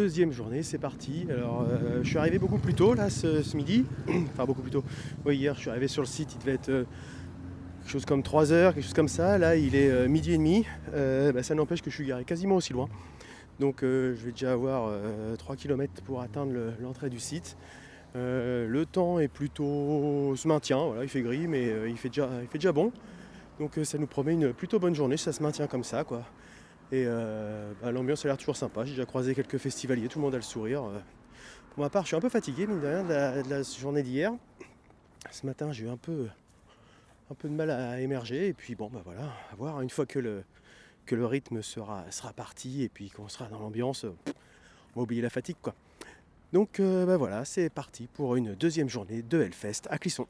deuxième journée, c'est parti. Alors, je suis arrivé beaucoup plus tôt là ce midi. Enfin, beaucoup plus tôt. Oui, hier, je suis arrivé sur le site, il devait être quelque chose comme 3 heures, quelque chose comme ça. Là, il est midi et demi. Ça n'empêche que je suis garé quasiment aussi loin. Donc, je vais déjà avoir 3 km pour atteindre l'entrée du site. Le temps est plutôt se maintient. Voilà, il fait gris, mais il fait déjà bon. Donc, ça nous promet une plutôt bonne journée. Ça se maintient comme ça, quoi. Et l'ambiance a l'air toujours sympa. J'ai déjà croisé quelques festivaliers, tout le monde a le sourire. Pour ma part, je suis un peu fatigué, mine de rien, de la journée d'hier. Ce matin, j'ai eu un peu de mal à émerger. Et puis voilà, à voir. Une fois que le rythme sera parti et puis qu'on sera dans l'ambiance, on va oublier la fatigue, quoi. Donc voilà, c'est parti pour une deuxième journée de Hellfest à Clisson.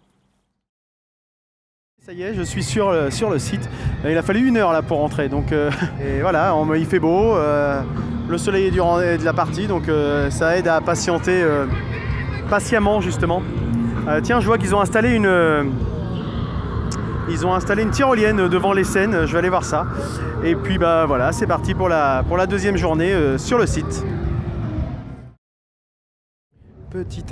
Ça y est, je suis sur le site. Il a fallu 1 heure là pour rentrer. Donc et voilà, il fait beau, le soleil est de la partie, donc ça aide à patienter patiemment justement. Tiens, je vois qu'ils ont installé une tyrolienne devant les scènes. Je vais aller voir ça. Et puis voilà, c'est parti pour la deuxième journée sur le site. Petit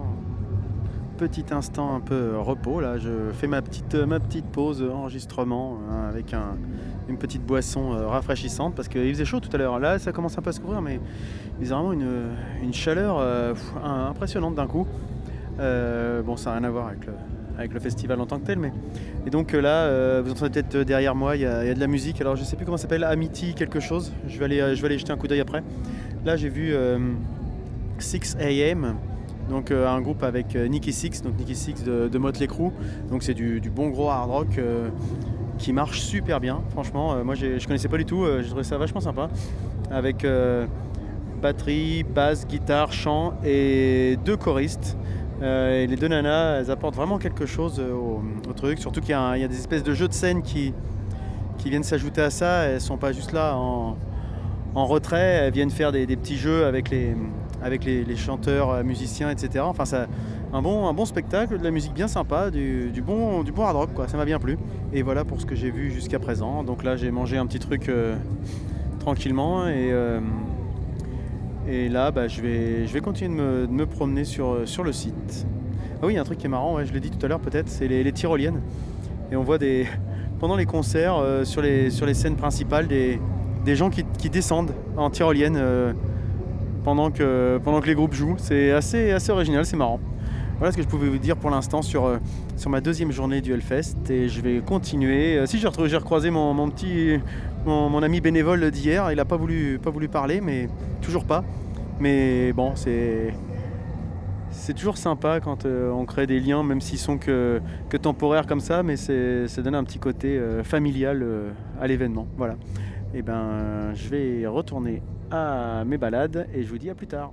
instant un peu repos, là je fais ma petite pause enregistrement avec une petite boisson rafraîchissante parce qu'il faisait chaud tout à l'heure. Là ça commence un peu à se couvrir, mais il y a vraiment une chaleur impressionnante d'un coup. Ça n'a rien à voir avec le festival en tant que tel, mais et donc là vous entendez peut-être derrière moi il y a de la musique. Alors je sais plus comment ça s'appelle, Amity quelque chose, je vais aller jeter un coup d'œil après. Là j'ai vu 6 AM, donc un groupe avec Nikki Sixx, donc Nikki Sixx de Motley Crue. Donc c'est du bon gros hard rock qui marche super bien. Franchement, moi je connaissais pas du tout, j'ai trouvé ça vachement sympa. Avec batterie, basse, guitare, chant et 2 choristes. Et les 2 nanas, elles apportent vraiment quelque chose au truc. Surtout qu'il y a des espèces de jeux de scène qui viennent s'ajouter à ça. Elles sont pas juste là en retrait, elles viennent faire des petits jeux avec les chanteurs, musiciens, etc. Enfin, ça, un bon spectacle, de la musique bien sympa, du bon hard rock, quoi. Ça m'a bien plu. Et voilà pour ce que j'ai vu jusqu'à présent. Donc là, j'ai mangé un petit truc tranquillement et là, je vais continuer de me promener sur le site. Ah oui, il y a un truc qui est marrant, je l'ai dit tout à l'heure peut-être, c'est les tyroliennes. Et on voit pendant les concerts, sur les scènes principales, des gens qui descendent en tyrolienne pendant que les groupes jouent. C'est assez original, c'est marrant. Voilà ce que je pouvais vous dire pour l'instant sur ma deuxième journée du Hellfest. Et je vais continuer. Si j'ai recroisé mon ami bénévole d'hier, il n'a pas voulu parler, mais toujours pas. Mais bon, c'est toujours sympa quand on crée des liens, même s'ils sont que temporaires comme ça, mais ça donne un petit côté familial à l'événement. Voilà. Et je vais retourner à mes balades et je vous dis à plus tard.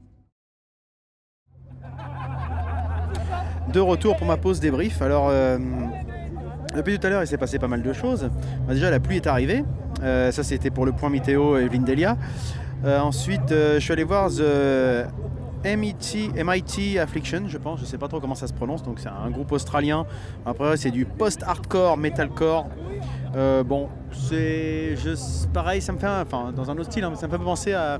De retour pour ma pause débrief. Alors, depuis tout à l'heure, il s'est passé pas mal de choses. Déjà, la pluie est arrivée. Ça, c'était pour le point météo Evelyn Delia. Ensuite, je suis allé voir The MIT Affliction, je pense. Je sais pas trop comment ça se prononce. Donc, c'est un groupe australien. Après, c'est du post-hardcore, metalcore. Pareil, ça me fait dans un autre style, ça me fait penser à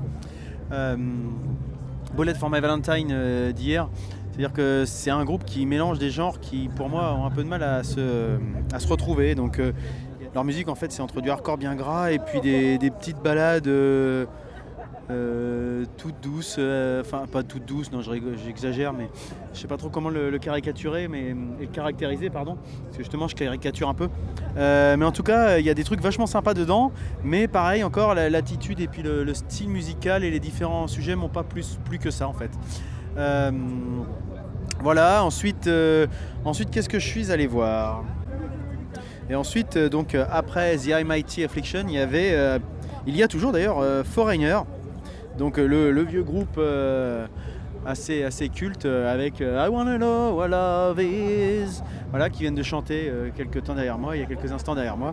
Bullet for My Valentine d'hier. C'est-à-dire que c'est un groupe qui mélange des genres qui, pour moi, ont un peu de mal à se retrouver. Donc, leur musique, en fait, c'est entre du hardcore bien gras et puis des petites ballades toutes douces. Pas toutes douces, non, j'exagère, mais je sais pas trop comment le caricaturer, et le caractériser, pardon. Parce que justement, je caricature un peu. Mais en tout cas, il y a des trucs vachement sympas dedans. Mais pareil, encore, l'attitude et puis le style musical et les différents sujets m'ont pas plus que ça, en fait. Voilà, ensuite qu'est-ce que je suis allé voir ? Et ensuite, après The Mighty Affliction, il y a toujours d'ailleurs Foreigner, donc le vieux groupe assez culte avec I Wanna Know What Love Is, voilà, qui viennent de chanter il y a quelques instants derrière moi.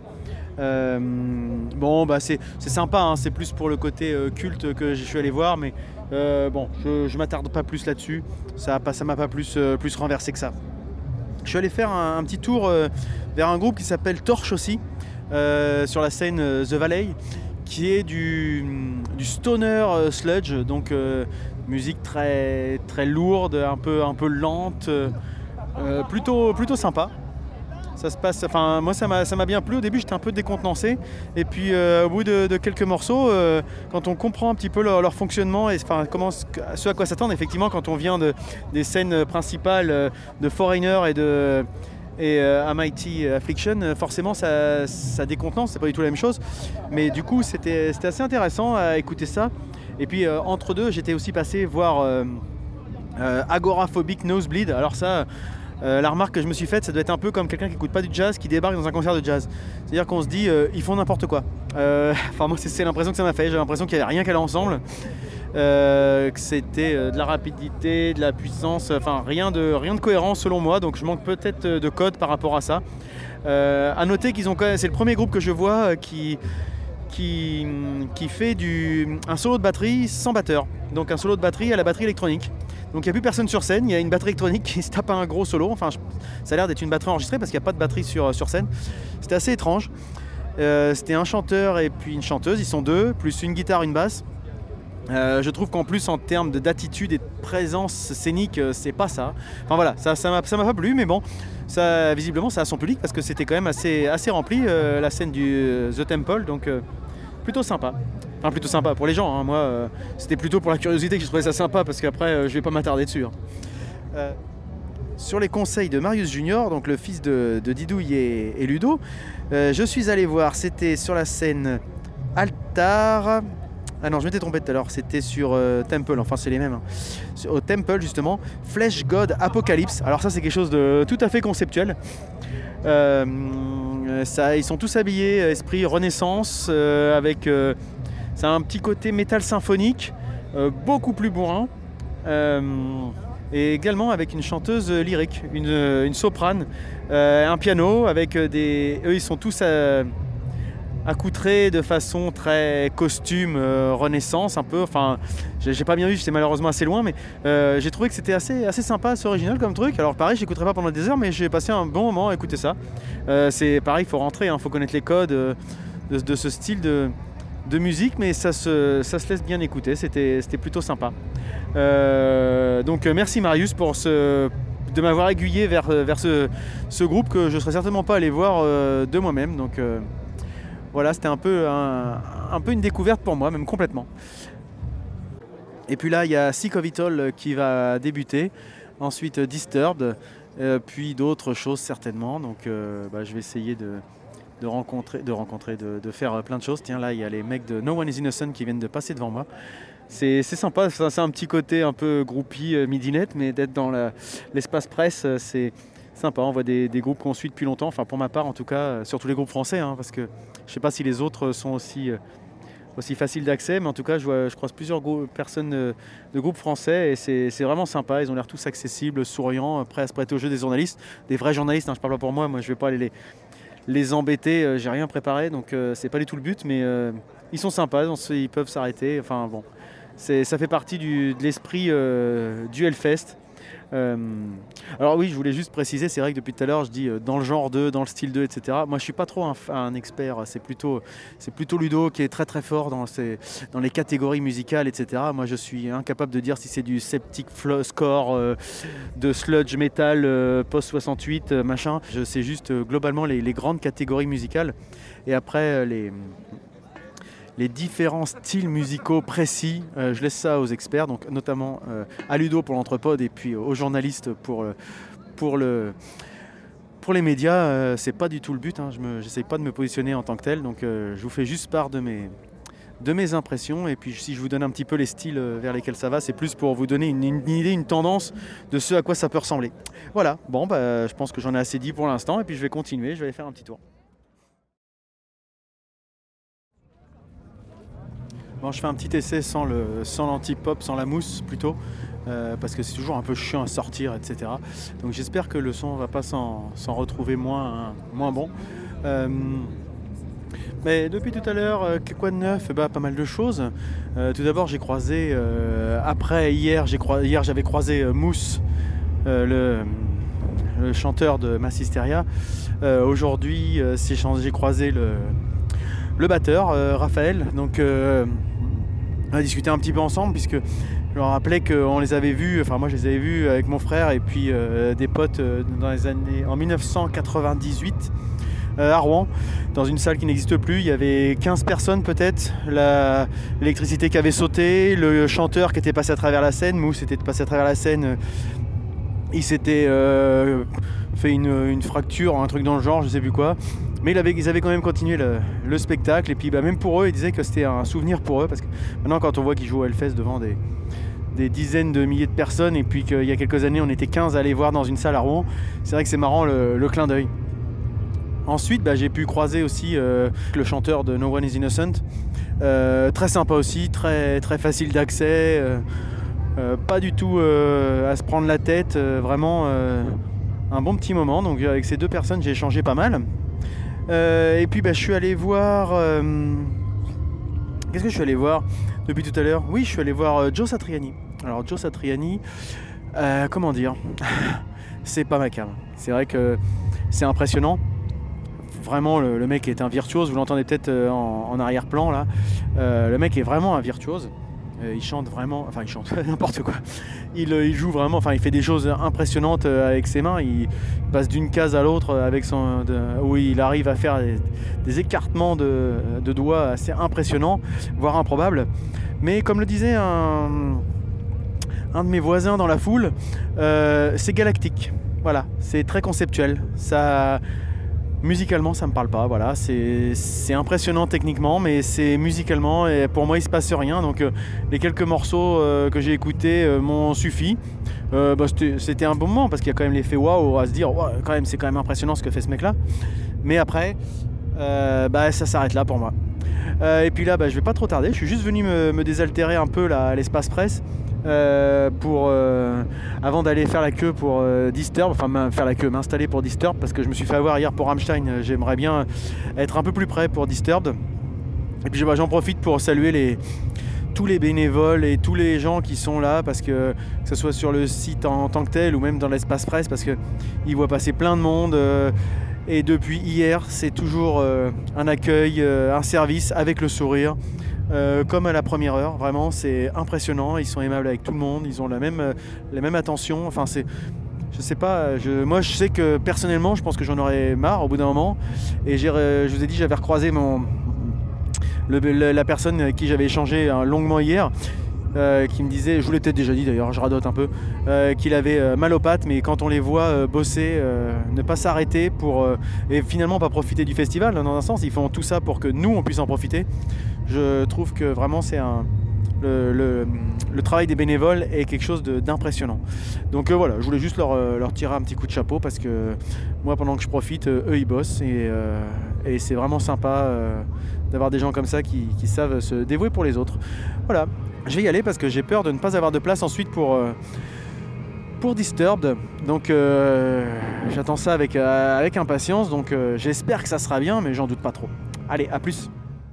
C'est sympa, hein, c'est plus pour le côté culte que je suis allé voir, mais je m'attarde pas plus là-dessus, ça m'a pas plus renversé que ça. Je suis allé faire un petit tour vers un groupe qui s'appelle Torche aussi, sur la scène The Valley, qui est du stoner sludge, donc musique très, très lourde, un peu lente, plutôt sympa. Ça se passe, enfin moi ça m'a bien plu. Au début j'étais un peu décontenancé et puis au bout de quelques morceaux, quand on comprend un petit peu leur fonctionnement et enfin ce à quoi s'attendre, effectivement quand on vient des scènes principales de Foreigner et Mighty Affliction, forcément ça décontenance, c'est pas du tout la même chose, mais du coup c'était assez intéressant à écouter ça. Et puis entre deux j'étais aussi passé voir Agoraphobic Nosebleed. Alors ça, la remarque que je me suis faite, ça doit être un peu comme quelqu'un qui n'écoute pas du jazz qui débarque dans un concert de jazz. C'est-à-dire qu'on se dit ils font n'importe quoi. Enfin moi c'est l'impression que ça m'a fait. J'ai l'impression qu'il n'y avait rien qu'à l'ensemble, que c'était de la rapidité, de la puissance, enfin rien de cohérent selon moi. Donc je manque peut-être de code par rapport à ça. À noter qu'ils ont c'est le premier groupe que je vois qui fait un solo de batterie sans batteur. Donc un solo de batterie à la batterie électronique. Donc il n'y a plus personne sur scène, il y a une batterie électronique qui se tape un gros solo. Enfin, ça a l'air d'être une batterie enregistrée parce qu'il n'y a pas de batterie sur scène. C'était assez étrange. C'était un chanteur et puis une chanteuse, ils sont deux, plus une guitare, une basse. Je trouve qu'en plus en termes d'attitude et de présence scénique, c'est pas ça. Enfin voilà, ça m'a pas plu, mais bon, ça, visiblement ça a son public parce que c'était quand même assez rempli la scène du The Temple, donc plutôt sympa. Enfin plutôt sympa pour les gens, hein. Moi c'était plutôt pour la curiosité que je trouvais ça sympa parce qu'après je vais pas m'attarder dessus. Sur les conseils de Marius Junior, donc le fils de Didouille et Ludo, je suis allé voir, c'était sur la scène Altar. Ah non, je m'étais trompé tout à l'heure, c'était sur Temple, enfin c'est les mêmes. Hein. Au Temple justement, Flesh God Apocalypse. Alors ça c'est quelque chose de tout à fait conceptuel. Ils sont tous habillés esprit Renaissance, avec ça a un petit côté métal symphonique, beaucoup plus bourrin, et également avec une chanteuse lyrique, une soprane, un piano, avec eux ils sont tous accoutrés de façon très costume Renaissance un peu. Enfin, j'ai pas bien vu, j'étais malheureusement assez loin, mais j'ai trouvé que c'était assez sympa, assez original comme truc. Alors pareil, j'écouterai pas pendant des heures, mais j'ai passé un bon moment à écouter ça. C'est pareil, il faut rentrer, il faut connaître les codes de ce style de musique, mais ça se laisse bien écouter, c'était plutôt sympa. Donc merci Marius de m'avoir aiguillé vers ce groupe que je serais certainement pas allé voir de moi-même. Donc voilà, c'était un peu une découverte pour moi, même complètement. Et puis là, il y a Sick of It All qui va débuter, ensuite Disturbed, puis d'autres choses certainement. Donc je vais essayer de faire plein de choses. Tiens, là il y a les mecs de No One Is Innocent qui viennent de passer devant moi. C'est sympa, c'est un petit côté un peu groupie midinette, mais d'être dans l'espace presse, c'est sympa. On voit des groupes qu'on suit depuis longtemps, enfin pour ma part en tout cas, surtout les groupes français, hein, parce que je sais pas si les autres sont aussi faciles d'accès, mais en tout cas je croise plusieurs personnes de groupes français et c'est vraiment sympa. Ils ont l'air tous accessibles, souriants, prêts à se prêter au jeu des journalistes, des vrais journalistes, hein, je parle pas pour moi je vais pas aller les embêter, j'ai rien préparé, donc c'est pas du tout le but, mais ils sont sympas, ils peuvent s'arrêter, enfin bon, ça fait partie de l'esprit du Hellfest. Alors oui, je voulais juste préciser, c'est vrai que depuis tout à l'heure je dis dans le genre 2, dans le style 2, etc. Moi je suis pas trop un expert, c'est plutôt Ludo qui est très très fort dans les catégories musicales, etc. Moi je suis incapable de dire si c'est du Septic Score, de sludge metal, post 68, machin. Je sais juste globalement les grandes catégories musicales, et après les différents styles musicaux précis, je laisse ça aux experts, donc notamment à Ludo pour l'Entrepode et puis aux journalistes pour les médias. C'est pas du tout le but, hein. J'essaye pas de me positionner en tant que tel, donc je vous fais juste part de mes impressions, et puis si je vous donne un petit peu les styles vers lesquels ça va, c'est plus pour vous donner une idée, une tendance de ce à quoi ça peut ressembler. Voilà, bon je pense que j'en ai assez dit pour l'instant, et puis je vais continuer, je vais aller faire un petit tour. Bon, je fais un petit essai sans l'anti-pop, sans la mousse plutôt, parce que c'est toujours un peu chiant à sortir, etc. Donc j'espère que le son ne va pas s'en retrouver moins bon. Mais depuis tout à l'heure, quoi de neuf ? Pas mal de choses. Tout d'abord, j'ai croisé, hier j'avais croisé Mousse, le chanteur de Mass Hysteria. Aujourd'hui, j'ai croisé le batteur, Raphaël. Donc On a discuté un petit peu ensemble puisque je leur rappelais qu'on les avait vus, enfin moi je les avais vus avec mon frère et puis des potes dans les années en 1998 à Rouen, dans une salle qui n'existe plus. Il y avait 15 personnes peut-être, l'électricité qui avait sauté, le chanteur qui était passé à travers la scène, Mousse était passé à travers la scène, il s'était fait une fracture, un truc dans le genre, je sais plus quoi. Mais ils avaient quand même continué le spectacle. Et puis même pour eux, ils disaient que c'était un souvenir pour eux. Parce que maintenant, quand on voit qu'ils jouent au Hellfest devant des dizaines de milliers de personnes, et puis qu'il y a quelques années, on était 15 à aller voir dans une salle à Rouen, c'est vrai que c'est marrant le clin d'œil. Ensuite, j'ai pu croiser aussi le chanteur de No One Is Innocent. Très sympa aussi, très, très facile d'accès. Pas du tout à se prendre la tête. Vraiment un bon petit moment. Donc avec ces deux personnes, j'ai échangé pas mal. Et puis je suis allé voir... Qu'est-ce que je suis allé voir depuis tout à l'heure ? Oui, je suis allé voir Joe Satriani. Alors Joe Satriani, comment dire ? C'est pas ma cam. C'est vrai que c'est impressionnant. Vraiment, le mec est un virtuose. Vous l'entendez peut-être en arrière-plan là. Le mec est vraiment un virtuose. Il chante vraiment, enfin il chante n'importe quoi. Il joue vraiment, enfin il fait des choses impressionnantes avec ses mains. Il passe d'une case à l'autre avec où il arrive à faire des écartements de doigts assez impressionnants, voire improbables. Mais comme le disait un de mes voisins dans la foule, c'est galactique. Voilà, c'est très conceptuel. Musicalement, ça me parle pas. Voilà, c'est impressionnant techniquement, mais c'est musicalement et pour moi il se passe rien. Donc les quelques morceaux que j'ai écoutés m'ont suffi. C'était un bon moment parce qu'il y a quand même l'effet waouh à se dire quand même c'est quand même impressionnant ce que fait ce mec-là. Mais après, ça s'arrête là pour moi. Et puis là, je vais pas trop tarder. Je suis juste venu me désaltérer un peu à l'espace presse. Avant d'aller faire la queue pour Disturbed, m'installer pour Disturbed parce que je me suis fait avoir hier pour Rammstein. J'aimerais bien être un peu plus près pour Disturbed. Et puis j'en profite pour saluer tous les bénévoles et tous les gens qui sont là, parce que ce soit sur le site en tant que tel ou même dans l'espace presse, parce qu'ils voient passer plein de monde. Et depuis hier, c'est toujours un accueil, un service avec le sourire. Comme à la première heure, vraiment c'est impressionnant, ils sont aimables avec tout le monde, ils ont la même attention, enfin je sais pas, moi je sais que personnellement je pense que j'en aurais marre au bout d'un moment, et je vous ai dit j'avais recroisé la personne avec qui j'avais échangé longuement hier, qui me disait, je vous l'ai peut-être déjà dit d'ailleurs, je radote un peu, qu'il avait mal aux pattes, mais quand on les voit bosser, ne pas s'arrêter et finalement pas profiter du festival, dans un sens, ils font tout ça pour que nous on puisse en profiter. Je trouve que vraiment c'est le travail des bénévoles est quelque chose d'impressionnant. Donc voilà, je voulais juste leur tirer un petit coup de chapeau parce que moi pendant que je profite, eux ils bossent et c'est vraiment sympa d'avoir des gens comme ça qui savent se dévouer pour les autres. Voilà, je vais y aller parce que j'ai peur de ne pas avoir de place ensuite pour Disturbed. Donc j'attends ça avec impatience, donc j'espère que ça sera bien, mais j'en doute pas trop. Allez, à plus.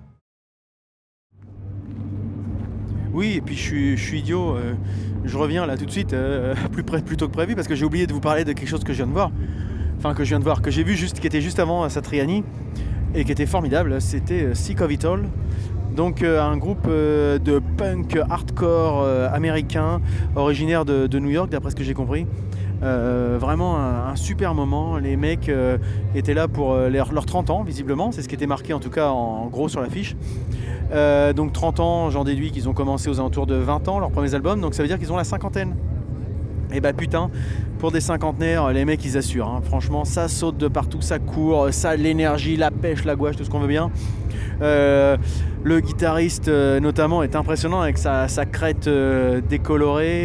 Oui, et puis je suis idiot, je reviens là tout de suite, plus tôt que prévu, parce que j'ai oublié de vous parler de quelque chose que je viens de voir. Enfin, que j'ai vu qui était juste avant Satriani, et qui était formidable, c'était Sick of It All. Donc un groupe de punk hardcore américain, originaire de New York, d'après ce que j'ai compris. Vraiment un super moment. Les mecs étaient là pour leurs 30 ans, visiblement. C'est ce qui était marqué en tout cas en gros sur l'affiche. Donc 30 ans, j'en déduis qu'ils ont commencé aux alentours de 20 ans, leurs premiers albums. Donc ça veut dire qu'ils ont la cinquantaine. Et putain, pour des cinquantenaires, les mecs ils assurent. Hein. Franchement, ça saute de partout, ça court, ça a de l'énergie, la pêche, la gouache, tout ce qu'on veut bien. Le guitariste notamment est impressionnant avec sa crête décolorée,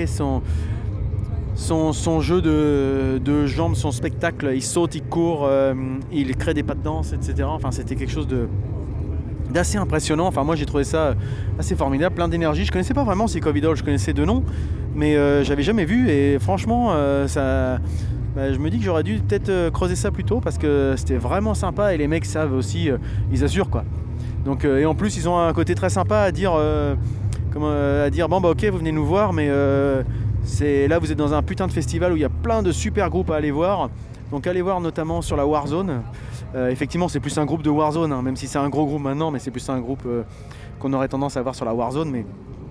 son jeu de jambes, son spectacle, il saute, il court, il crée des pas de danse, etc. Enfin, c'était quelque chose d'assez impressionnant. Enfin, moi j'ai trouvé ça assez formidable, plein d'énergie. Je connaissais pas vraiment Sick of It All, je connaissais deux noms, mais j'avais jamais vu, et franchement je me dis que j'aurais dû peut-être creuser ça plus tôt, parce que c'était vraiment sympa, et les mecs savent aussi, ils assurent quoi. Donc, et en plus ils ont un côté très sympa à dire bon ok, vous venez nous voir, mais là vous êtes dans un putain de festival où il y a plein de super groupes à aller voir. Donc allez voir notamment sur la Warzone. Effectivement c'est plus un groupe de Warzone, hein, même si c'est un gros groupe maintenant, mais c'est plus un groupe qu'on aurait tendance à voir sur la Warzone. Mais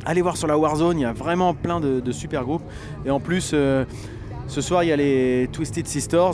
allez voir sur la Warzone, il y a vraiment plein de super groupes. Et en plus, ce soir, il y a les Twisted Sisters,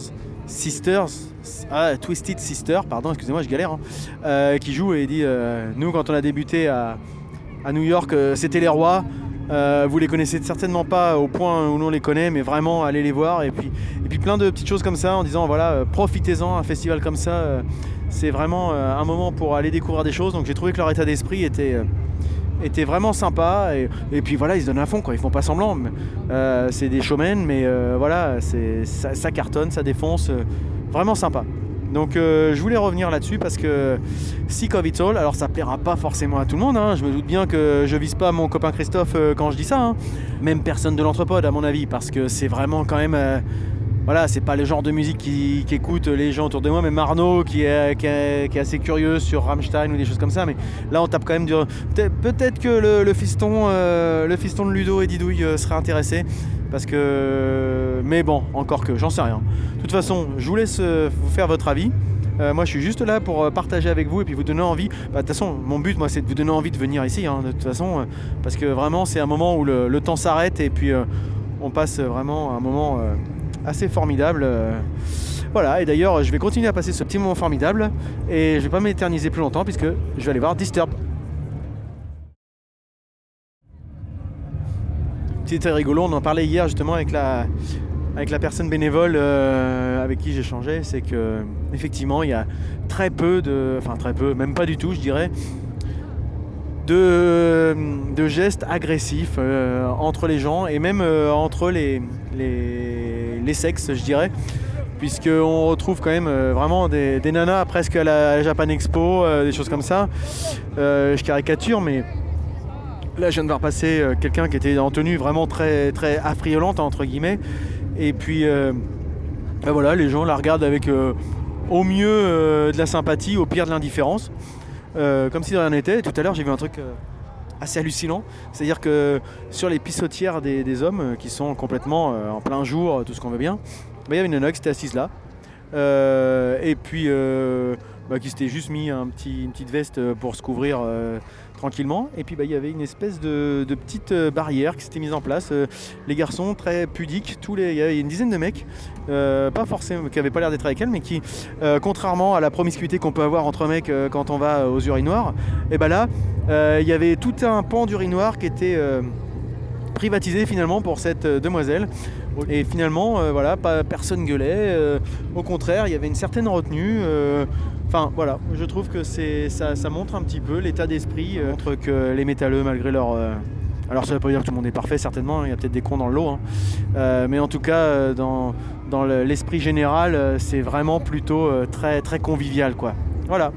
Twisted Sister, pardon, excusez-moi, je galère, qui joue et il dit nous, quand on a débuté à New York, c'était les rois. Vous les connaissez certainement pas au point où on les connaît, mais vraiment allez les voir. Et puis plein de petites choses comme ça en disant voilà, profitez-en, un festival comme ça, c'est vraiment un moment pour aller découvrir des choses. Donc j'ai trouvé que leur état d'esprit était vraiment sympa et puis voilà, ils se donnent à fond quoi, ils font pas semblant. C'est des showmen, mais voilà, ça cartonne, ça défonce, vraiment sympa. Donc je voulais revenir là-dessus parce que Sick of It All, alors ça plaira pas forcément à tout le monde, hein. Je me doute bien que je vise pas mon copain Christophe quand je dis ça, hein. Même personne de l'Entrepode à mon avis, parce que c'est vraiment quand même voilà, c'est pas le genre de musique qu'écoutent les gens autour de moi, même Arnaud qui est assez curieux sur Rammstein ou des choses comme ça, mais là on tape quand même du... Peut-être que le fiston de Ludo et Didouille serait intéressé, parce que... Mais bon, encore que, j'en sais rien. De toute façon, je vous laisse vous faire votre avis. Moi je suis juste là pour partager avec vous et puis vous donner envie. De toute façon, mon but moi c'est de vous donner envie de venir ici, hein, de toute façon, parce que vraiment c'est un moment où le temps s'arrête et puis on passe vraiment un moment... assez formidable. Voilà, et d'ailleurs je vais continuer à passer ce petit moment formidable et je vais pas m'éterniser plus longtemps puisque je vais aller voir Disturbed. C'était rigolo, on en parlait hier justement avec la personne bénévole avec qui j'échangeais, c'est que effectivement il y a très peu, même pas du tout je dirais, de gestes agressifs entre les gens et même entre les sexes, je dirais, puisqu'on retrouve quand même vraiment des nanas presque à la Japan Expo, des choses comme ça. Je caricature, mais là je viens de voir passer quelqu'un qui était en tenue vraiment très, très affriolante entre guillemets, et puis voilà, les gens la regardent avec au mieux de la sympathie, au pire de l'indifférence, comme si de rien n'était. Tout à l'heure j'ai vu un truc assez hallucinant, c'est-à-dire que sur les pissotières des hommes qui sont complètement en plein jour, tout ce qu'on veut bien, il y avait une nana qui s'était assise là, et puis qui s'était juste mis une petite veste pour se couvrir tranquillement, et puis il y avait une espèce de petite barrière qui s'était mise en place. Les garçons très pudiques, il y avait une dizaine de mecs, pas forcément, qui n'avaient pas l'air d'être avec elle, mais qui, contrairement à la promiscuité qu'on peut avoir entre mecs quand on va aux urinoirs, et là il y avait tout un pan d'urinoir qui était privatisé finalement pour cette demoiselle. Et finalement, personne gueulait. Au contraire, il y avait une certaine retenue. Voilà, je trouve que ça montre un petit peu l'état d'esprit, montre que les métalleux, malgré leur... alors ça ne veut pas dire que tout le monde est parfait, certainement, il y a peut-être des cons dans le lot, hein. Mais en tout cas, dans l'esprit général, c'est vraiment plutôt très, très convivial, quoi. Voilà.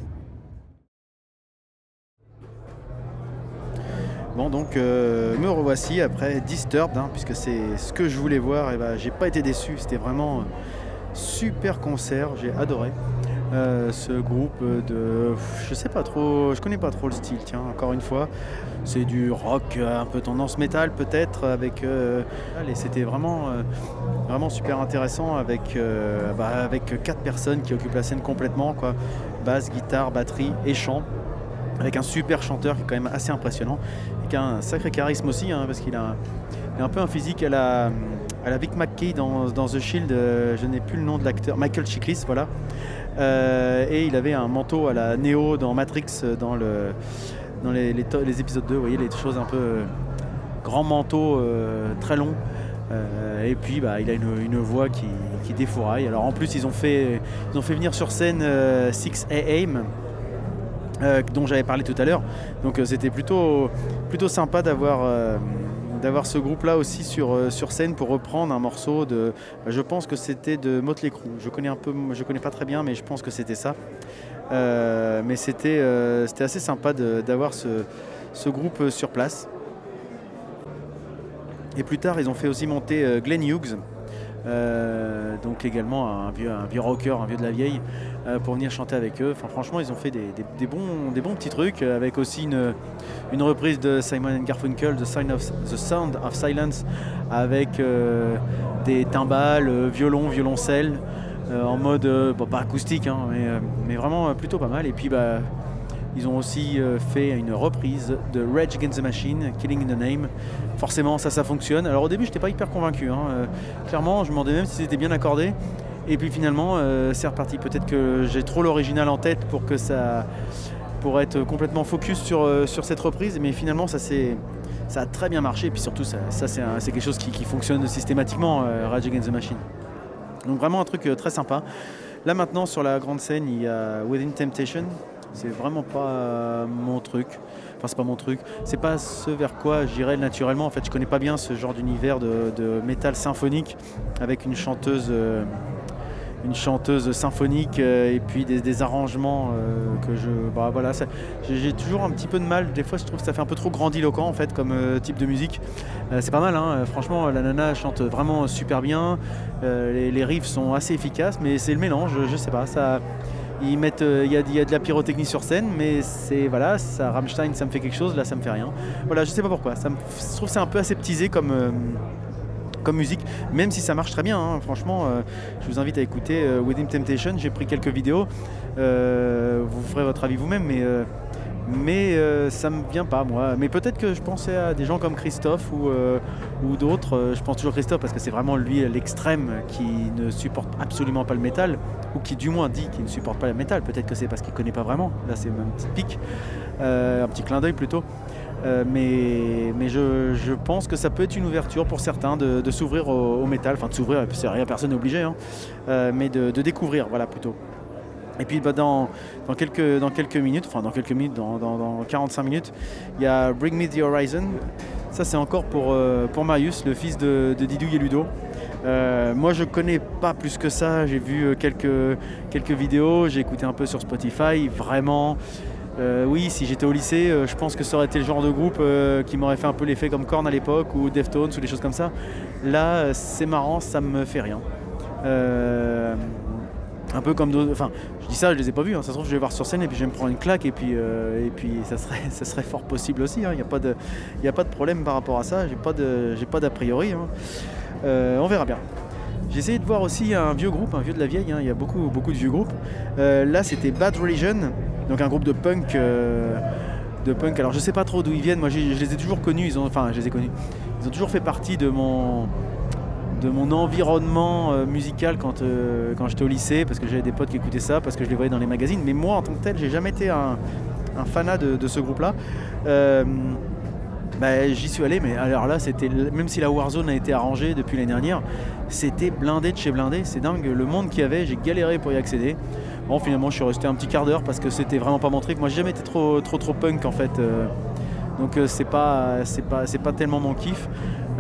Bon, donc me revoici après Disturbed, hein, puisque c'est ce que je voulais voir, et j'ai pas été déçu, c'était vraiment super concert, j'ai adoré ce groupe de... Je sais pas trop, je connais pas trop le style, tiens, encore une fois, c'est du rock un peu tendance métal peut-être, avec et c'était vraiment super intéressant avec 4 personnes qui occupent la scène complètement, quoi, basse, guitare, batterie et chant, avec un super chanteur qui est quand même assez impressionnant, et qui a un sacré charisme aussi, hein, parce qu'il a un peu un physique à la Vic McKay dans The Shield, je n'ai plus le nom de l'acteur, Michael Chiklis, voilà. Et il avait un manteau à la Neo dans Matrix, dans les épisodes 2, vous voyez, les choses un peu grand manteau très long. Et puis il a une voix qui défouraille. Alors en plus ils ont fait venir sur scène 6AM, dont j'avais parlé tout à l'heure, donc c'était plutôt sympa d'avoir ce groupe là aussi sur scène pour reprendre un morceau de, je pense que c'était de Motley Crue, je connais pas très bien, mais je pense que c'était ça, mais c'était assez sympa d'avoir ce groupe sur place. Et plus tard ils ont fait aussi monter Glenn Hughes, donc également un vieux rocker, un vieux de la vieille, pour venir chanter avec eux. Enfin, franchement ils ont fait des bons petits trucs, avec aussi une reprise de Simon & Garfunkel, The Sound of Silence, avec des timbales, violoncelle, en mode pas acoustique, hein, mais vraiment plutôt pas mal. Et puis Ils ont aussi fait une reprise de Rage Against the Machine, Killing in the Name. Forcément, ça fonctionne. Alors au début, je n'étais pas hyper convaincu. Clairement, je me demandais même si c'était bien accordé. Et puis finalement, c'est reparti. Peut-être que j'ai trop l'original en tête pour être complètement focus sur cette reprise. Mais finalement, ça a très bien marché. Et puis surtout, c'est quelque chose qui fonctionne systématiquement, Rage Against the Machine. Donc vraiment un truc très sympa. Là maintenant, sur la grande scène, il y a Within Temptation. C'est vraiment pas mon truc. Enfin, c'est pas mon truc. C'est pas ce vers quoi j'irais naturellement. En fait, je connais pas bien ce genre d'univers de métal symphonique avec une chanteuse symphonique et puis des arrangements que j'ai toujours un petit peu de mal. Des fois, je trouve que ça fait un peu trop grandiloquent en fait comme type de musique. C'est pas mal, hein. Franchement, la nana chante vraiment super bien. Les riffs sont assez efficaces, mais c'est le mélange. Je sais pas. Il y a de la pyrotechnie sur scène, mais ça Rammstein, ça me fait quelque chose. Là, ça me fait rien. Voilà, je sais pas pourquoi. Je trouve que c'est un peu aseptisé comme musique, même si ça marche très bien, hein. Franchement, je vous invite à écouter Within Temptation. J'ai pris quelques vidéos, vous ferez votre avis vous-même, mais ça me vient pas moi. Mais peut-être que je pensais à des gens comme Christophe ou d'autres. Je pense toujours Christophe parce que c'est vraiment lui l'extrême qui ne supporte absolument pas le métal, ou qui du moins dit qu'il ne supporte pas le métal. Peut-être que c'est parce qu'il connaît pas vraiment. Là, c'est un petit pic, un petit clin d'œil plutôt. Mais je pense que ça peut être une ouverture pour certains de s'ouvrir au métal, enfin de s'ouvrir, c'est rien, personne n'est obligé, hein, mais de découvrir, voilà, plutôt. Et puis dans quelques minutes, dans 45 minutes, il y a Bring Me the Horizon. Ça, c'est encore pour Marius, le fils de Didouille et Ludo. Moi, je connais pas plus que ça. J'ai vu quelques vidéos, j'ai écouté un peu sur Spotify. Vraiment, oui, si j'étais au lycée, je pense que ça aurait été le genre de groupe qui m'aurait fait un peu l'effet comme Korn à l'époque, ou Deftones, ou des choses comme ça. Là, c'est marrant, ça me fait rien. Un peu comme d'autres. Enfin, je dis ça, je les ai pas vus, hein. Ça se trouve, je vais les voir sur scène et puis je vais me prendre une claque, et puis ça serait fort possible aussi, hein. Il n'y a pas de problème par rapport à ça. J'ai pas d'a priori, hein. On verra bien. J'ai essayé de voir aussi un vieux de la vieille, hein. Il y a beaucoup de vieux groupes. Là, c'était Bad Religion, donc un groupe de punk. Alors, je sais pas trop d'où ils viennent. Moi, je les ai toujours connus. Je les ai connus. Ils ont toujours fait partie de mon environnement musical quand j'étais au lycée, parce que j'avais des potes qui écoutaient ça, parce que je les voyais dans les magazines. Mais moi, en tant que tel, j'ai jamais été un fanat de ce groupe-là. J'y suis allé, mais alors là, c'était, même si la Warzone a été arrangée depuis l'année dernière, c'était blindé de chez blindé. C'est dingue le monde qu'il y avait. J'ai galéré pour y accéder. Bon, finalement, je suis resté un petit quart d'heure parce que c'était vraiment pas mon truc. Moi, j'ai jamais été trop punk en fait. Donc c'est pas tellement mon kiff.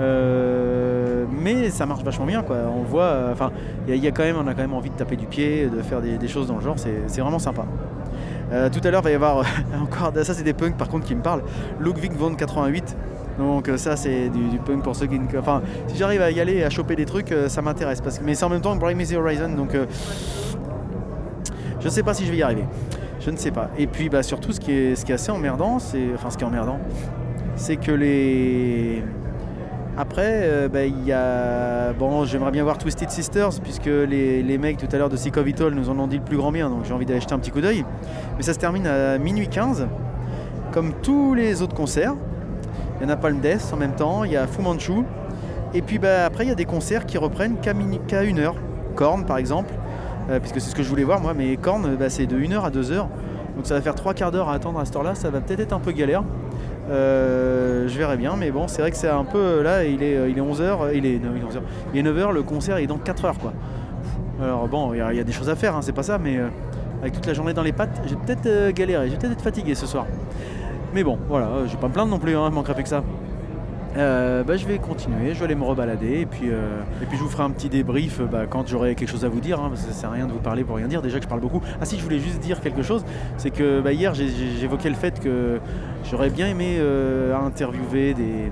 Mais ça marche vachement bien, quoi. On voit, on a quand même envie de taper du pied, de faire des choses dans le genre. C'est vraiment sympa. Tout à l'heure, il va y avoir encore, ça c'est des punks par contre qui me parlent. Ludwig von 88. Donc ça c'est du punk pour ceux qui ne... Enfin, si j'arrive à y aller et à choper des trucs, ça m'intéresse. Mais c'est en même temps Bring Me the Horizon, donc je ne sais pas si je vais y arriver. Je ne sais pas. Et puis surtout, ce qui est assez emmerdant, c'est que après, il y a... Bon, j'aimerais bien voir Twisted Sisters, puisque les mecs tout à l'heure de Sick of It All nous en ont dit le plus grand bien, donc j'ai envie d'aller jeter un petit coup d'œil. Mais ça se termine à minuit 15, comme tous les autres concerts. Il y en a Palm Death en même temps, il y a Fu Manchu. Et puis après, il y a des concerts qui reprennent qu'à 1h. Korn, par exemple, puisque c'est ce que je voulais voir, moi. Mais Korn, c'est de 1h à 2h. Donc ça va faire 3 quarts d'heure à attendre à cette heure-là. Ça va peut-être être un peu galère. Je verrai bien, mais bon, c'est vrai que c'est un peu... Là, il est 11h, il est 9h, le concert est dans 4h, quoi. Alors bon, il y a des choses à faire, hein, c'est pas ça, mais avec toute la journée dans les pattes, j'ai peut-être galéré, je vais peut-être être fatigué ce soir. Mais bon, voilà, je vais pas me plaindre non plus, hein, il manquerait plus que ça. Je vais continuer, je vais aller me rebalader, et puis je vous ferai un petit débrief quand j'aurai quelque chose à vous dire, hein, parce que ça sert à rien de vous parler pour rien dire, déjà que je parle beaucoup. Ah si, je voulais juste dire quelque chose, c'est que hier j'évoquais le fait que j'aurais bien aimé interviewer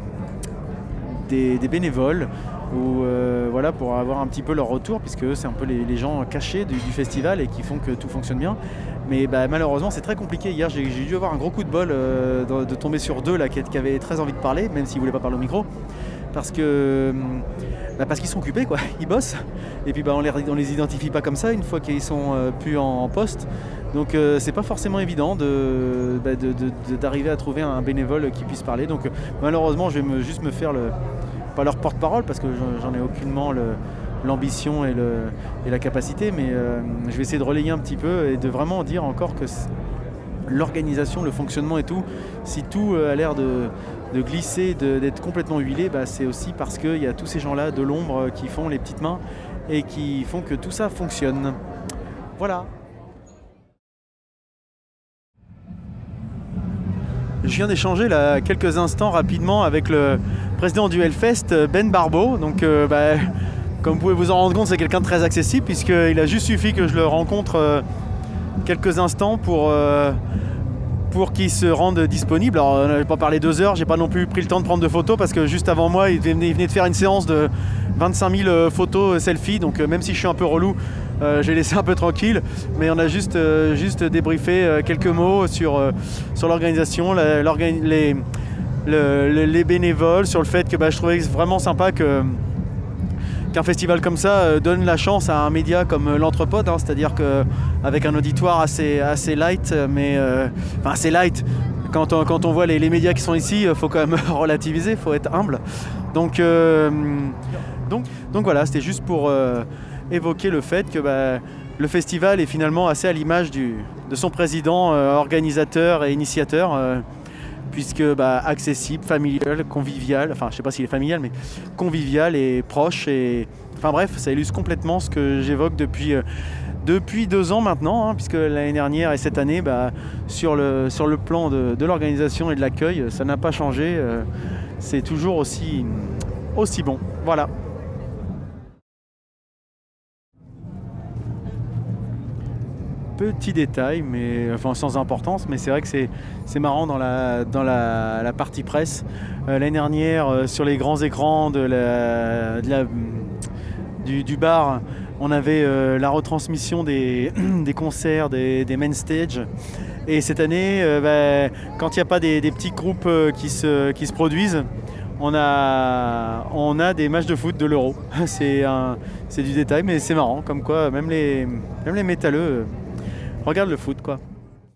des bénévoles, ou pour avoir un petit peu leur retour, puisque c'est un peu les gens cachés du festival et qui font que tout fonctionne bien. Mais malheureusement c'est très compliqué. Hier j'ai dû avoir un gros coup de bol de tomber sur deux là, qui avaient très envie de parler, même s'ils ne voulaient pas parler au micro, parce que parce qu'ils sont occupés, quoi. Ils bossent, et puis on les identifie pas comme ça une fois qu'ils sont plus en poste. Donc c'est pas forcément évident d'arriver à trouver un bénévole qui puisse parler. Donc malheureusement je vais juste me faire pas leur porte-parole, parce que j'en ai aucunement l'ambition et la capacité, mais je vais essayer de relayer un petit peu et de vraiment dire encore que l'organisation, le fonctionnement et tout, si tout a l'air de glisser, d'être complètement huilé, c'est aussi parce qu'il y a tous ces gens-là de l'ombre qui font les petites mains et qui font que tout ça fonctionne. Voilà. Je viens d'échanger là quelques instants rapidement avec le président du Hellfest, Ben Barbeau. Donc comme vous pouvez vous en rendre compte, c'est quelqu'un de très accessible, puisqu'il a juste suffi que je le rencontre quelques instants pour qu'il se rende disponible. Alors on n'avait pas parlé 2 heures, j'ai pas non plus pris le temps de prendre de photos, parce que juste avant moi il venait de faire une séance de 25 000 photos selfies, donc même si je suis un peu relou, j'ai laissé un peu tranquille, mais on a juste débriefé quelques mots sur l'organisation, les bénévoles, sur le fait que je trouvais vraiment sympa qu'un festival comme ça donne la chance à un média comme l'Entrepode, c'est-à-dire qu'avec un auditoire assez light, mais assez light, quand on voit les médias qui sont ici, il faut quand même relativiser, il faut être humble. Donc voilà, c'était juste pour évoquer le fait que le festival est finalement assez à l'image de son président, organisateur et initiateur, puisque accessible, familial, convivial, enfin je sais pas s'il est familial, mais convivial et proche, et enfin bref, ça illustre complètement ce que j'évoque depuis 2 ans maintenant, puisque l'année dernière et cette année, sur le plan de l'organisation et de l'accueil, ça n'a pas changé, c'est toujours aussi bon. Voilà. Petit détail, mais sans importance, mais c'est vrai que c'est marrant dans la partie presse. L'année dernière, sur les grands écrans du bar, on avait la retransmission des concerts, des main stage. Et cette année, quand il n'y a pas des petits groupes qui se produisent, on a des matchs de foot de l'Euro. C'est du détail, mais c'est marrant, comme quoi même les métalleux regardent le foot, quoi.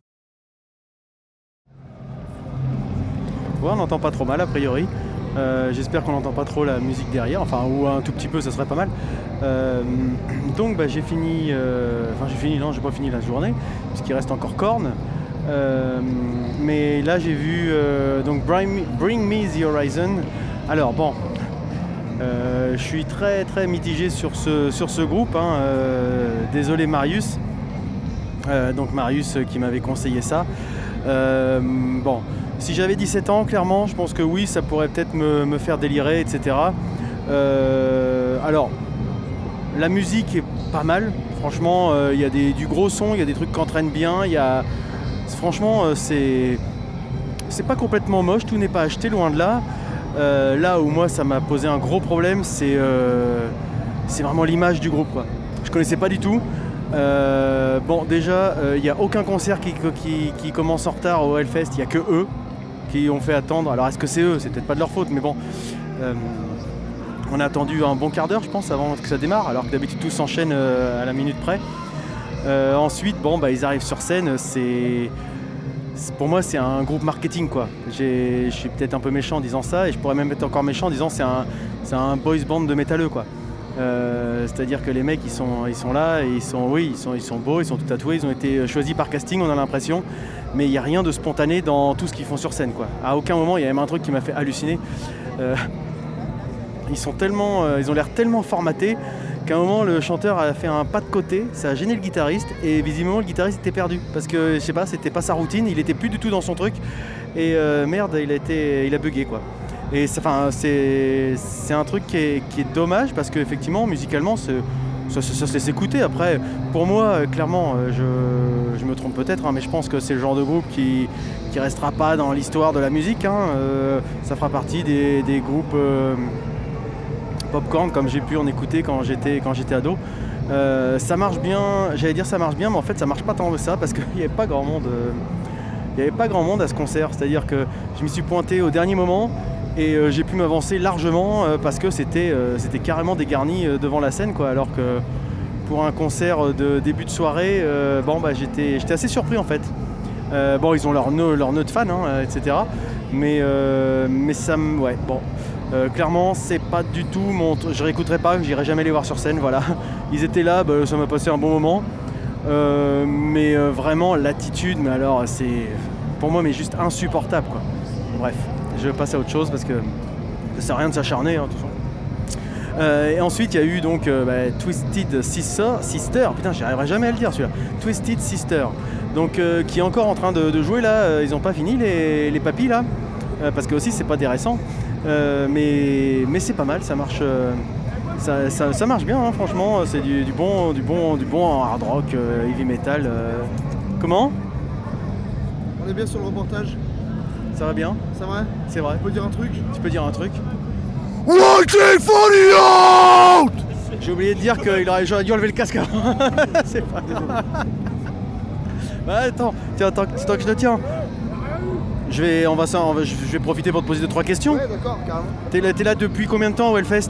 Ouais, on n'entend pas trop mal a priori. J'espère qu'on n'entend pas trop la musique derrière, ou un tout petit peu, ça serait pas mal. Donc j'ai fini, non, j'ai pas fini la journée, puisqu'il reste encore Korn. Mais là j'ai vu donc Bring Me the Horizon. Alors bon, je suis très très mitigé sur ce groupe, désolé Marius. Donc Marius qui m'avait conseillé ça. Bon, si j'avais 17 ans, clairement, je pense que oui, ça pourrait peut-être me faire délirer, etc. Alors, la musique est pas mal. Franchement, il y a du gros son, il y a des trucs qui entraînent bien. Franchement, c'est pas complètement moche, tout n'est pas acheté, loin de là. Là où moi, ça m'a posé un gros problème, c'est vraiment l'image du groupe, quoi. Je connaissais pas du tout. Bon, déjà, il n'y a aucun concert qui commence en retard au Hellfest. Il n'y a que eux qui ont fait attendre. Alors, est-ce que c'est eux ? C'est peut-être pas de leur faute, mais bon. On a attendu un bon quart d'heure, je pense, avant que ça démarre, alors que d'habitude tout s'enchaîne à la minute près. Ensuite, ils arrivent sur scène. Pour moi, c'est un groupe marketing, quoi. Je suis peut-être un peu méchant en disant ça, et je pourrais même être encore méchant en disant c'est un boys band de métalleux, quoi. C'est-à-dire que les mecs ils sont là et ils sont beaux, ils sont tout tatoués, ils ont été choisis par casting, on a l'impression, mais il n'y a rien de spontané dans tout ce qu'ils font sur scène, quoi. À aucun moment, il y a même un truc qui m'a fait halluciner. Ils ont l'air tellement formatés qu'à un moment le chanteur a fait un pas de côté, ça a gêné le guitariste, et visiblement le guitariste était perdu parce que je sais pas, c'était pas sa routine, il était plus du tout dans son truc, et merde, il a bugué, quoi. Et c'est un truc qui est dommage, parce qu'effectivement musicalement ça se laisse écouter. Après, pour moi, clairement, je me trompe peut-être, mais je pense que c'est le genre de groupe qui restera pas dans l'histoire de la musique, ça fera partie des groupes popcorn, comme j'ai pu en écouter quand j'étais ado. Ça marche bien, j'allais dire ça marche bien, mais en fait ça marche pas tant que ça, parce qu'il n'y avait pas grand monde à ce concert. C'est-à-dire que je m'y suis pointé au dernier moment, Et j'ai pu m'avancer largement parce que c'était carrément dégarni devant la scène, quoi, alors que pour un concert de début de soirée, j'étais assez surpris en fait. Ils ont leur nœud de fans, etc. Mais ça me... Ouais, bon. Clairement, c'est pas du tout je réécouterai pas, j'irai jamais les voir sur scène, voilà. Ils étaient là, ça m'a passé un bon moment. Mais vraiment, l'attitude, mais alors, c'est pour moi, mais juste insupportable, quoi. Bref, je vais passer à autre chose parce que ça sert à rien de s'acharner, de toute façon. Et ensuite, il y a eu donc Twisted Sister, putain, j'y arriverai jamais à le dire celui-là. Twisted Sister, donc qui est encore en train de jouer là. Ils n'ont pas fini les papis là, parce que aussi c'est pas des récents, mais c'est pas mal, ça marche. Ça marche bien, franchement. C'est du bon hard rock, heavy metal. Comment ? On est bien sur le reportage. Ça va bien ? C'est vrai ? C'est vrai. Tu peux dire un truc ? Tu peux dire un truc ? Watching for the out! J'ai oublié de dire que j'aurais dû enlever le casque avant. C'est pas grave. Attends, tant que je le tiens. Je vais profiter pour te poser 2-3 questions. Ouais, d'accord, carrément. T'es là depuis combien de temps au Hellfest ?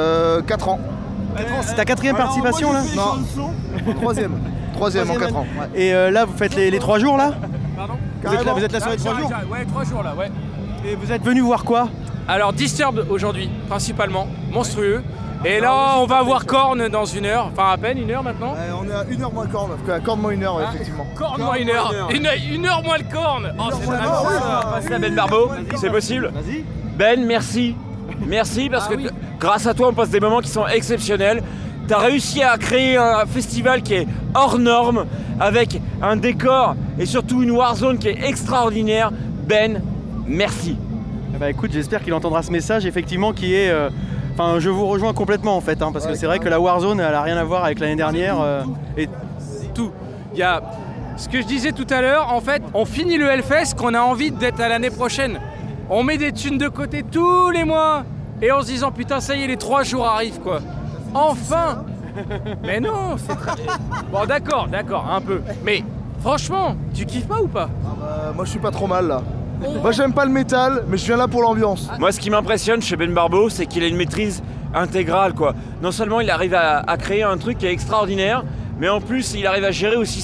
4 ans. 4 ans, c'est ta 4e participation là ? Non, 3e en 4 ans. Ouais. Et là, vous faites les 3 jours là ? Pardon ? Vous êtes là sur les 3 jours ? Ouais, 3 jours là, ouais. Et vous êtes venu voir quoi ? Alors, Disturbed aujourd'hui, principalement, monstrueux. Et là, on va voir Korn dans 1 heure, enfin à peine 1 heure maintenant. On est à 1 heure moins Korn, Korn moins 1 heure, effectivement. Korn moins 1 heure. 1 heure moins le Korn. Oh, c'est très moins, bon. oui. On va passer à Ben Barbeau, c'est possible ? Vas-y. Ben, merci. Merci parce que grâce à toi, on passe des moments qui sont exceptionnels. Tu as réussi à créer un festival qui est hors norme, avec un décor et surtout une Warzone qui est extraordinaire. Ben, merci. Écoute, j'espère qu'il entendra ce message, effectivement, qui est... je vous rejoins complètement en fait, parce que c'est vrai que la Warzone, elle a rien à voir avec l'année dernière. Et tout. Il y a ce que je disais tout à l'heure, en fait, on finit le Hellfest qu'on a envie d'être à l'année prochaine. On met des thunes de côté tous les mois et en se disant putain ça y est, les 3 jours arrivent quoi. Enfin. Mais non, c'est très... Bon d'accord, un peu. Mais franchement, tu kiffes pas ou pas ? Moi je suis pas trop mal là. Moi j'aime pas le métal, mais je viens là pour l'ambiance. Moi ce qui m'impressionne chez Ben Barbeau, c'est qu'il a une maîtrise intégrale quoi. Non seulement il arrive à créer un truc qui est extraordinaire, mais en plus il arrive à gérer aussi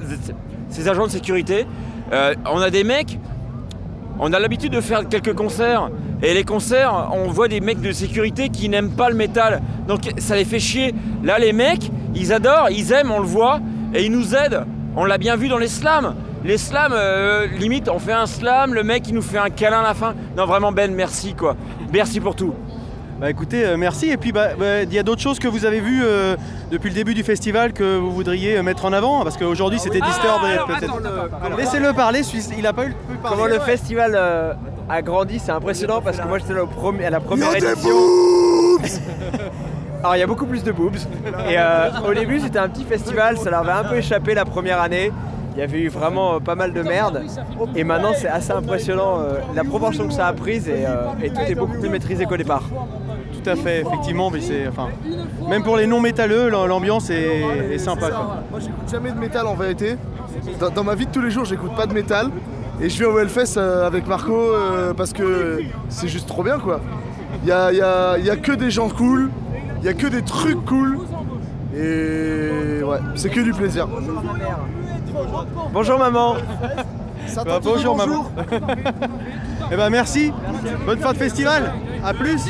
ses agents de sécurité. On a des mecs, on a l'habitude de faire quelques concerts, et les concerts, on voit des mecs de sécurité qui n'aiment pas le métal, donc ça les fait chier. Là les mecs, ils adorent, ils aiment, on le voit, et ils nous aident. On l'a bien vu dans les slams. Les slams, limite, on fait un slam, le mec il nous fait un câlin à la fin. Non vraiment Ben, merci quoi. Merci pour tout. Écoutez, merci. Et puis il y a d'autres choses que vous avez vues depuis le début du festival que vous voudriez mettre en avant, parce qu'aujourd'hui c'était Disturbed. Peut-être. Laissez-le parler, il n'a pas eu le parler. Comment le festival a grandi, c'est impressionnant parce que moi j'étais là à la première édition. Alors il y a beaucoup plus de boobs. Et au début c'était un petit festival, ça leur avait un peu échappé la première année. Il y avait eu vraiment pas mal de merde. Et maintenant c'est assez impressionnant la proportion que ça a prise et tout est beaucoup plus maîtrisé qu'au départ. Tout à fait, effectivement, mais même pour les non-métalleux, l'ambiance est sympa quoi. Moi j'écoute jamais de métal en vérité. Dans ma vie de tous les jours j'écoute pas de métal. Et je viens au Hellfest avec Marco parce que c'est juste trop bien quoi. Il y a que des gens cool, il y a que des trucs cool. Et ouais, c'est que du plaisir. Bonjour maman. Bonjour maman. Merci. Bonne fin de festival. À plus.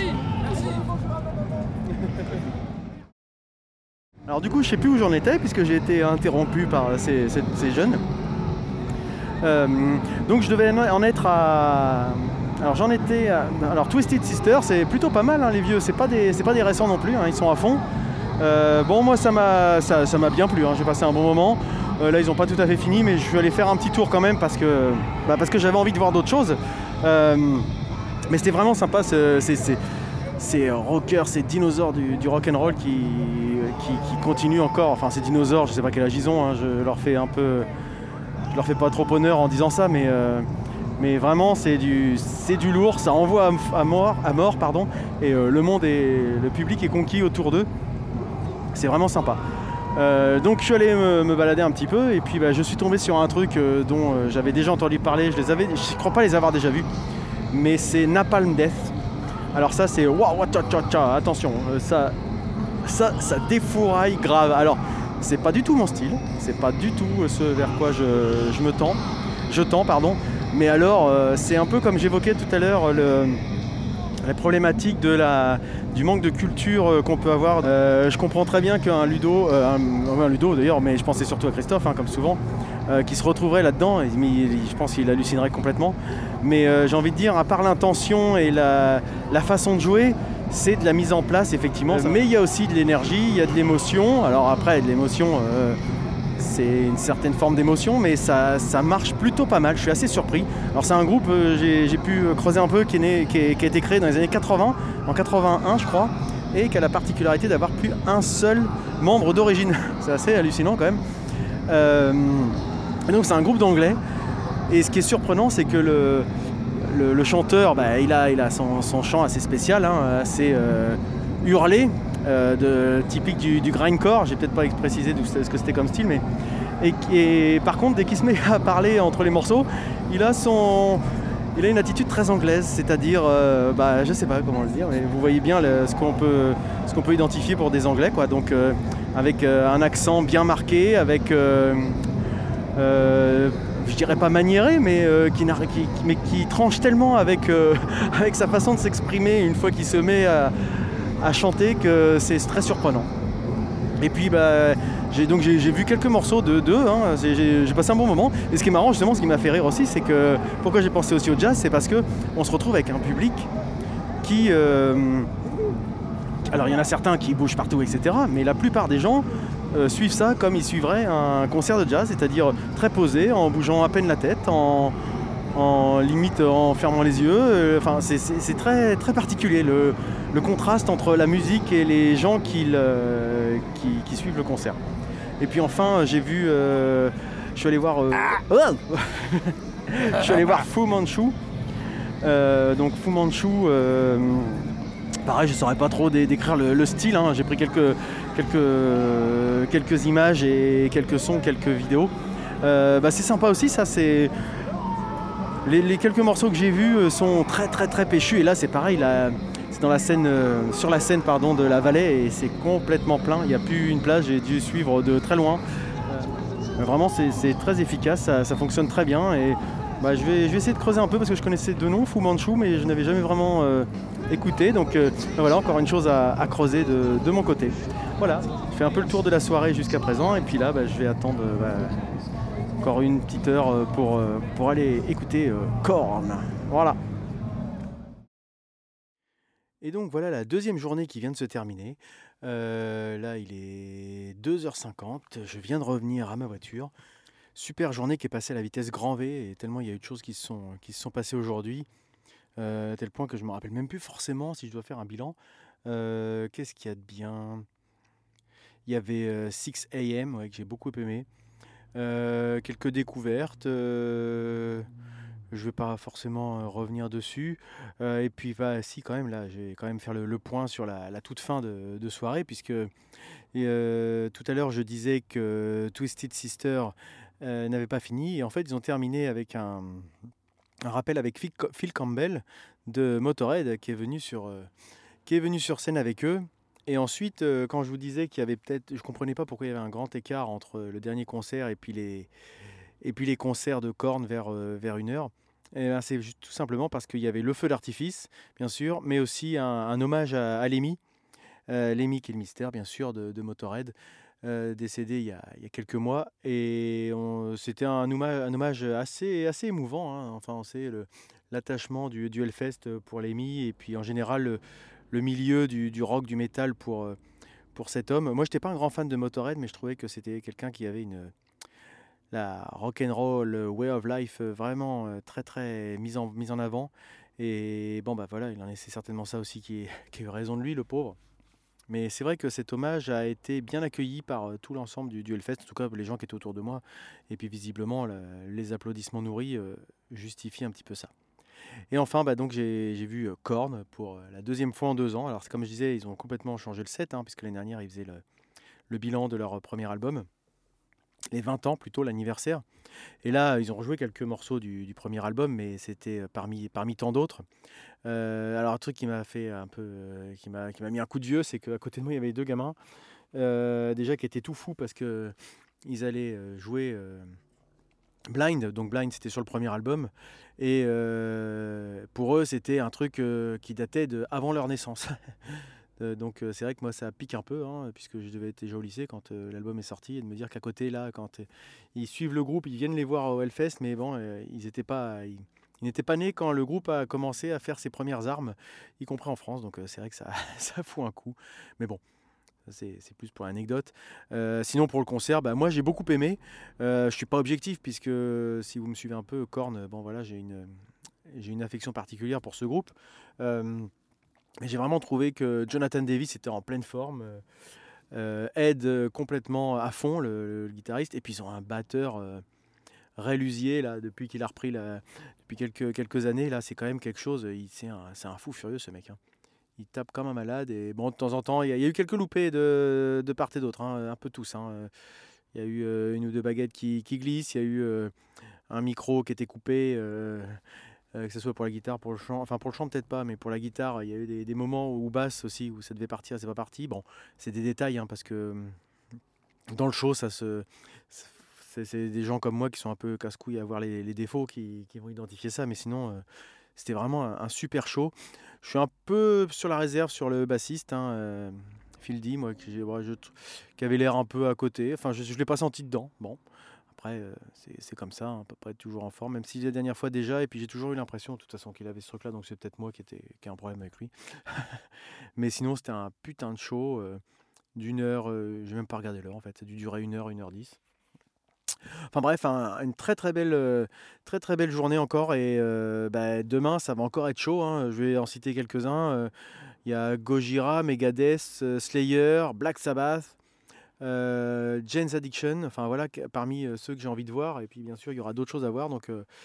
Alors du coup, je sais plus où j'en étais puisque j'ai été interrompu par ces jeunes. Donc je devais en être à... Alors j'en étais à... Alors Twisted Sister, c'est plutôt pas mal les vieux, c'est pas des récents non plus, ils sont à fond. Moi ça m'a bien plu, j'ai passé un bon moment. Là ils ont pas tout à fait fini, mais je vais aller faire un petit tour quand même parce que j'avais envie de voir d'autres choses. Mais c'était vraiment sympa, ces rockers, ces dinosaures du rock'n'roll qui continuent encore. Enfin ces dinosaures, je sais pas quel âge ils ont, je leur fais pas trop honneur en disant ça, mais vraiment c'est du lourd, ça envoie à mort, et le monde le public est conquis autour d'eux. C'est vraiment sympa. Donc je suis allé me balader un petit peu, et puis je suis tombé sur un truc dont j'avais déjà entendu parler, je crois pas les avoir déjà vus. mais c'est Napalm Death. Alors ça c'est waouh, attention, ça défouraille grave. Alors c'est pas du tout mon style, c'est pas du tout ce vers quoi je tends, pardon. Mais alors c'est un peu comme j'évoquais tout à l'heure la problématique du manque de culture qu'on peut avoir. Je comprends très bien qu'un Ludo, un Ludo d'ailleurs, mais je pensais surtout à Christophe, comme souvent, qui se retrouverait là-dedans, mais je pense qu'il hallucinerait complètement. Mais j'ai envie de dire, à part l'intention et la façon de jouer, c'est de la mise en place effectivement. Mais il y a aussi de l'énergie, il y a de l'émotion. Alors après, de l'émotion, c'est une certaine forme d'émotion, mais ça marche plutôt pas mal. Je suis assez surpris. Alors c'est un groupe, j'ai pu creuser un peu, qui a été créé dans les années 80, en 81 je crois, et qui a la particularité d'avoir plus un seul membre d'origine. C'est assez hallucinant quand même. Et donc c'est un groupe d'anglais, et ce qui est surprenant, c'est que le chanteur, il a son chant assez spécial, assez hurlé, typique du grindcore. J'ai peut-être pas précisé ce que c'était comme style, mais et par contre dès qu'il se met à parler entre les morceaux, il a une attitude très anglaise, c'est-à-dire je sais pas comment le dire, mais vous voyez bien ce qu'on peut identifier pour des Anglais, quoi. Donc avec un accent bien marqué, avec je dirais pas maniéré, mais qui tranche tellement avec sa façon de s'exprimer une fois qu'il se met à chanter, que c'est très surprenant. Et puis j'ai vu quelques morceaux d'eux, j'ai passé un bon moment. Et ce qui est marrant, justement, ce qui m'a fait rire aussi, c'est que pourquoi j'ai pensé aussi au jazz, c'est parce qu'on se retrouve avec un public qui... alors il y en a certains qui bougent partout, etc. Mais la plupart des gens suivent ça comme ils suivraient un concert de jazz, c'est-à-dire très posé, en bougeant à peine la tête, en limite en fermant les yeux. C'est très, très particulier le contraste entre la musique et les gens qui suivent le concert. Et puis enfin, j'ai vu, je suis allé voir Fu Manchu. Donc Fu Manchu, pareil, je ne saurais pas trop décrire le style, j'ai pris quelques images et quelques sons, quelques vidéos. C'est sympa aussi, ça c'est... Les quelques morceaux que j'ai vus sont très très très péchus, et là c'est pareil, c'est dans la scène, sur la scène de la Vallée, et c'est complètement plein, il n'y a plus une place, j'ai dû suivre de très loin. Vraiment c'est très efficace, ça fonctionne très bien, et je vais essayer de creuser un peu parce que je connaissais deux noms, Fu Manchu, mais je n'avais jamais vraiment écouté, donc voilà, encore une chose à creuser de mon côté. Voilà, je fais un peu le tour de la soirée jusqu'à présent, et puis là je vais attendre encore une petite heure pour aller écouter Korn. Voilà. Et donc voilà la deuxième journée qui vient de se terminer. Là il est 2h50, je viens de revenir à ma voiture. Super journée qui est passée à la vitesse grand V, et tellement il y a eu de choses qui se sont passées aujourd'hui, à tel point que je ne me rappelle même plus forcément si je dois faire un bilan. Qu'est-ce qu'il y a de bien ? Il y avait 6 AM que j'ai beaucoup aimé. Quelques découvertes, je vais pas forcément revenir dessus, et puis si quand même là je vais quand même faire le point sur la toute fin de soirée, puisque tout à l'heure je disais que Twisted Sister n'avait pas fini, et en fait ils ont terminé avec un rappel avec Phil Campbell de Motorhead qui est venu sur scène avec eux. Et ensuite, quand je vous disais qu'il y avait peut-être... Je ne comprenais pas pourquoi il y avait un grand écart entre le dernier concert et puis les concerts de Korn vers 1h. Et c'est tout simplement parce qu'il y avait le feu d'artifice, bien sûr, mais aussi un hommage à Lemmy. Lemmy qui est le mystère, bien sûr, de Motorhead, décédé il y a quelques mois. Et c'était un hommage assez émouvant. Enfin, on sait l'attachement du Hellfest pour Lemmy, et puis en général... le milieu du rock, du métal pour cet homme. Moi, je n'étais pas un grand fan de Motorhead, mais je trouvais que c'était quelqu'un qui avait la rock'n'roll way of life vraiment très très mise en avant. Et voilà, c'est certainement ça aussi qui a eu raison de lui, le pauvre. Mais c'est vrai que cet hommage a été bien accueilli par tout l'ensemble du Hellfest, en tout cas les gens qui étaient autour de moi. Et puis visiblement, les applaudissements nourris justifient un petit peu ça. Et enfin, donc j'ai vu Korn pour la deuxième fois en 2 ans. Alors, comme je disais, ils ont complètement changé le set, puisque l'année dernière, ils faisaient le bilan de leur premier album. les 20 ans plutôt, l'anniversaire. Et là, ils ont rejoué quelques morceaux du premier album, mais c'était parmi tant d'autres. Alors un truc qui m'a fait un peu, qui m'a mis un coup de vieux, c'est qu'à côté de moi, il y avait 2 gamins, déjà qui étaient tout fous parce que ils allaient jouer Blind. Donc Blind, c'était sur le premier album, et pour eux, c'était un truc qui datait avant leur naissance. Donc c'est vrai que moi ça pique un peu, hein, puisque je devais être déjà au lycée quand l'album est sorti, et de me dire qu'à côté là, quand ils suivent le groupe, ils viennent les voir au Hellfest, mais bon, ils n'étaient pas nés quand le groupe a commencé à faire ses premières armes, y compris en France, donc c'est vrai que ça, ça fout un coup. Mais bon, c'est plus pour l'anecdote. Sinon pour le concert, moi j'ai beaucoup aimé. Je suis pas objectif, puisque si vous me suivez un peu, Korn, bon voilà, j'ai une affection particulière pour ce groupe. Mais j'ai vraiment trouvé que Jonathan Davis était en pleine forme, Ed complètement à fond, le guitariste, et puis ils ont un batteur, Ray Luzier, là, depuis qu'il a repris depuis quelques années, là, c'est quand même quelque chose, c'est un fou furieux, ce mec, hein. Il tape comme un malade, et bon, de temps en temps, il y a eu quelques loupés de part et d'autre, hein, un peu tous, hein. Il y a eu 1 ou 2 baguettes qui glissent, il y a eu un micro qui était coupé, que ce soit pour la guitare, pour le chant, enfin pour le chant peut-être pas, mais pour la guitare, il y a eu des moments où basse aussi, où ça devait partir, c'est pas parti. Bon, c'est des détails, hein, parce que dans le show, c'est des gens comme moi qui sont un peu casse-couilles à voir les défauts qui vont identifier ça, mais sinon c'était vraiment un super show. Je suis un peu sur la réserve sur le bassiste, hein, Phil D, moi, qui avait l'air un peu à côté, enfin je l'ai pas senti dedans. Bon. Après, c'est comme ça, on peut pas être toujours en forme, même si la dernière fois déjà, et puis j'ai toujours eu l'impression de toute façon qu'il avait ce truc-là, donc c'est peut-être moi qui ai un problème avec lui. Mais sinon, c'était un putain de show d'1 heure, j'ai même pas regardé l'heure en fait, ça a dû durer 1 heure, 1h10. Enfin bref, une très très belle journée encore, et demain ça va encore être chaud, hein. Je vais en citer quelques-uns. Il y a Gojira, Megadeth, Slayer, Black Sabbath, Jane's Addiction, enfin voilà, parmi ceux que j'ai envie de voir, et puis bien sûr il y aura d'autres choses à voir, donc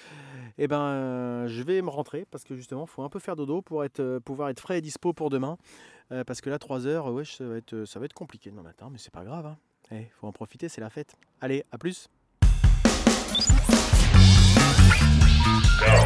je vais me rentrer, parce que justement il faut un peu faire dodo pour pouvoir être frais et dispo pour demain, parce que là 3 heures, ouais, ça va être compliqué demain matin, mais c'est pas grave, hein. Faut en profiter, c'est la fête. Allez, à plus. Go.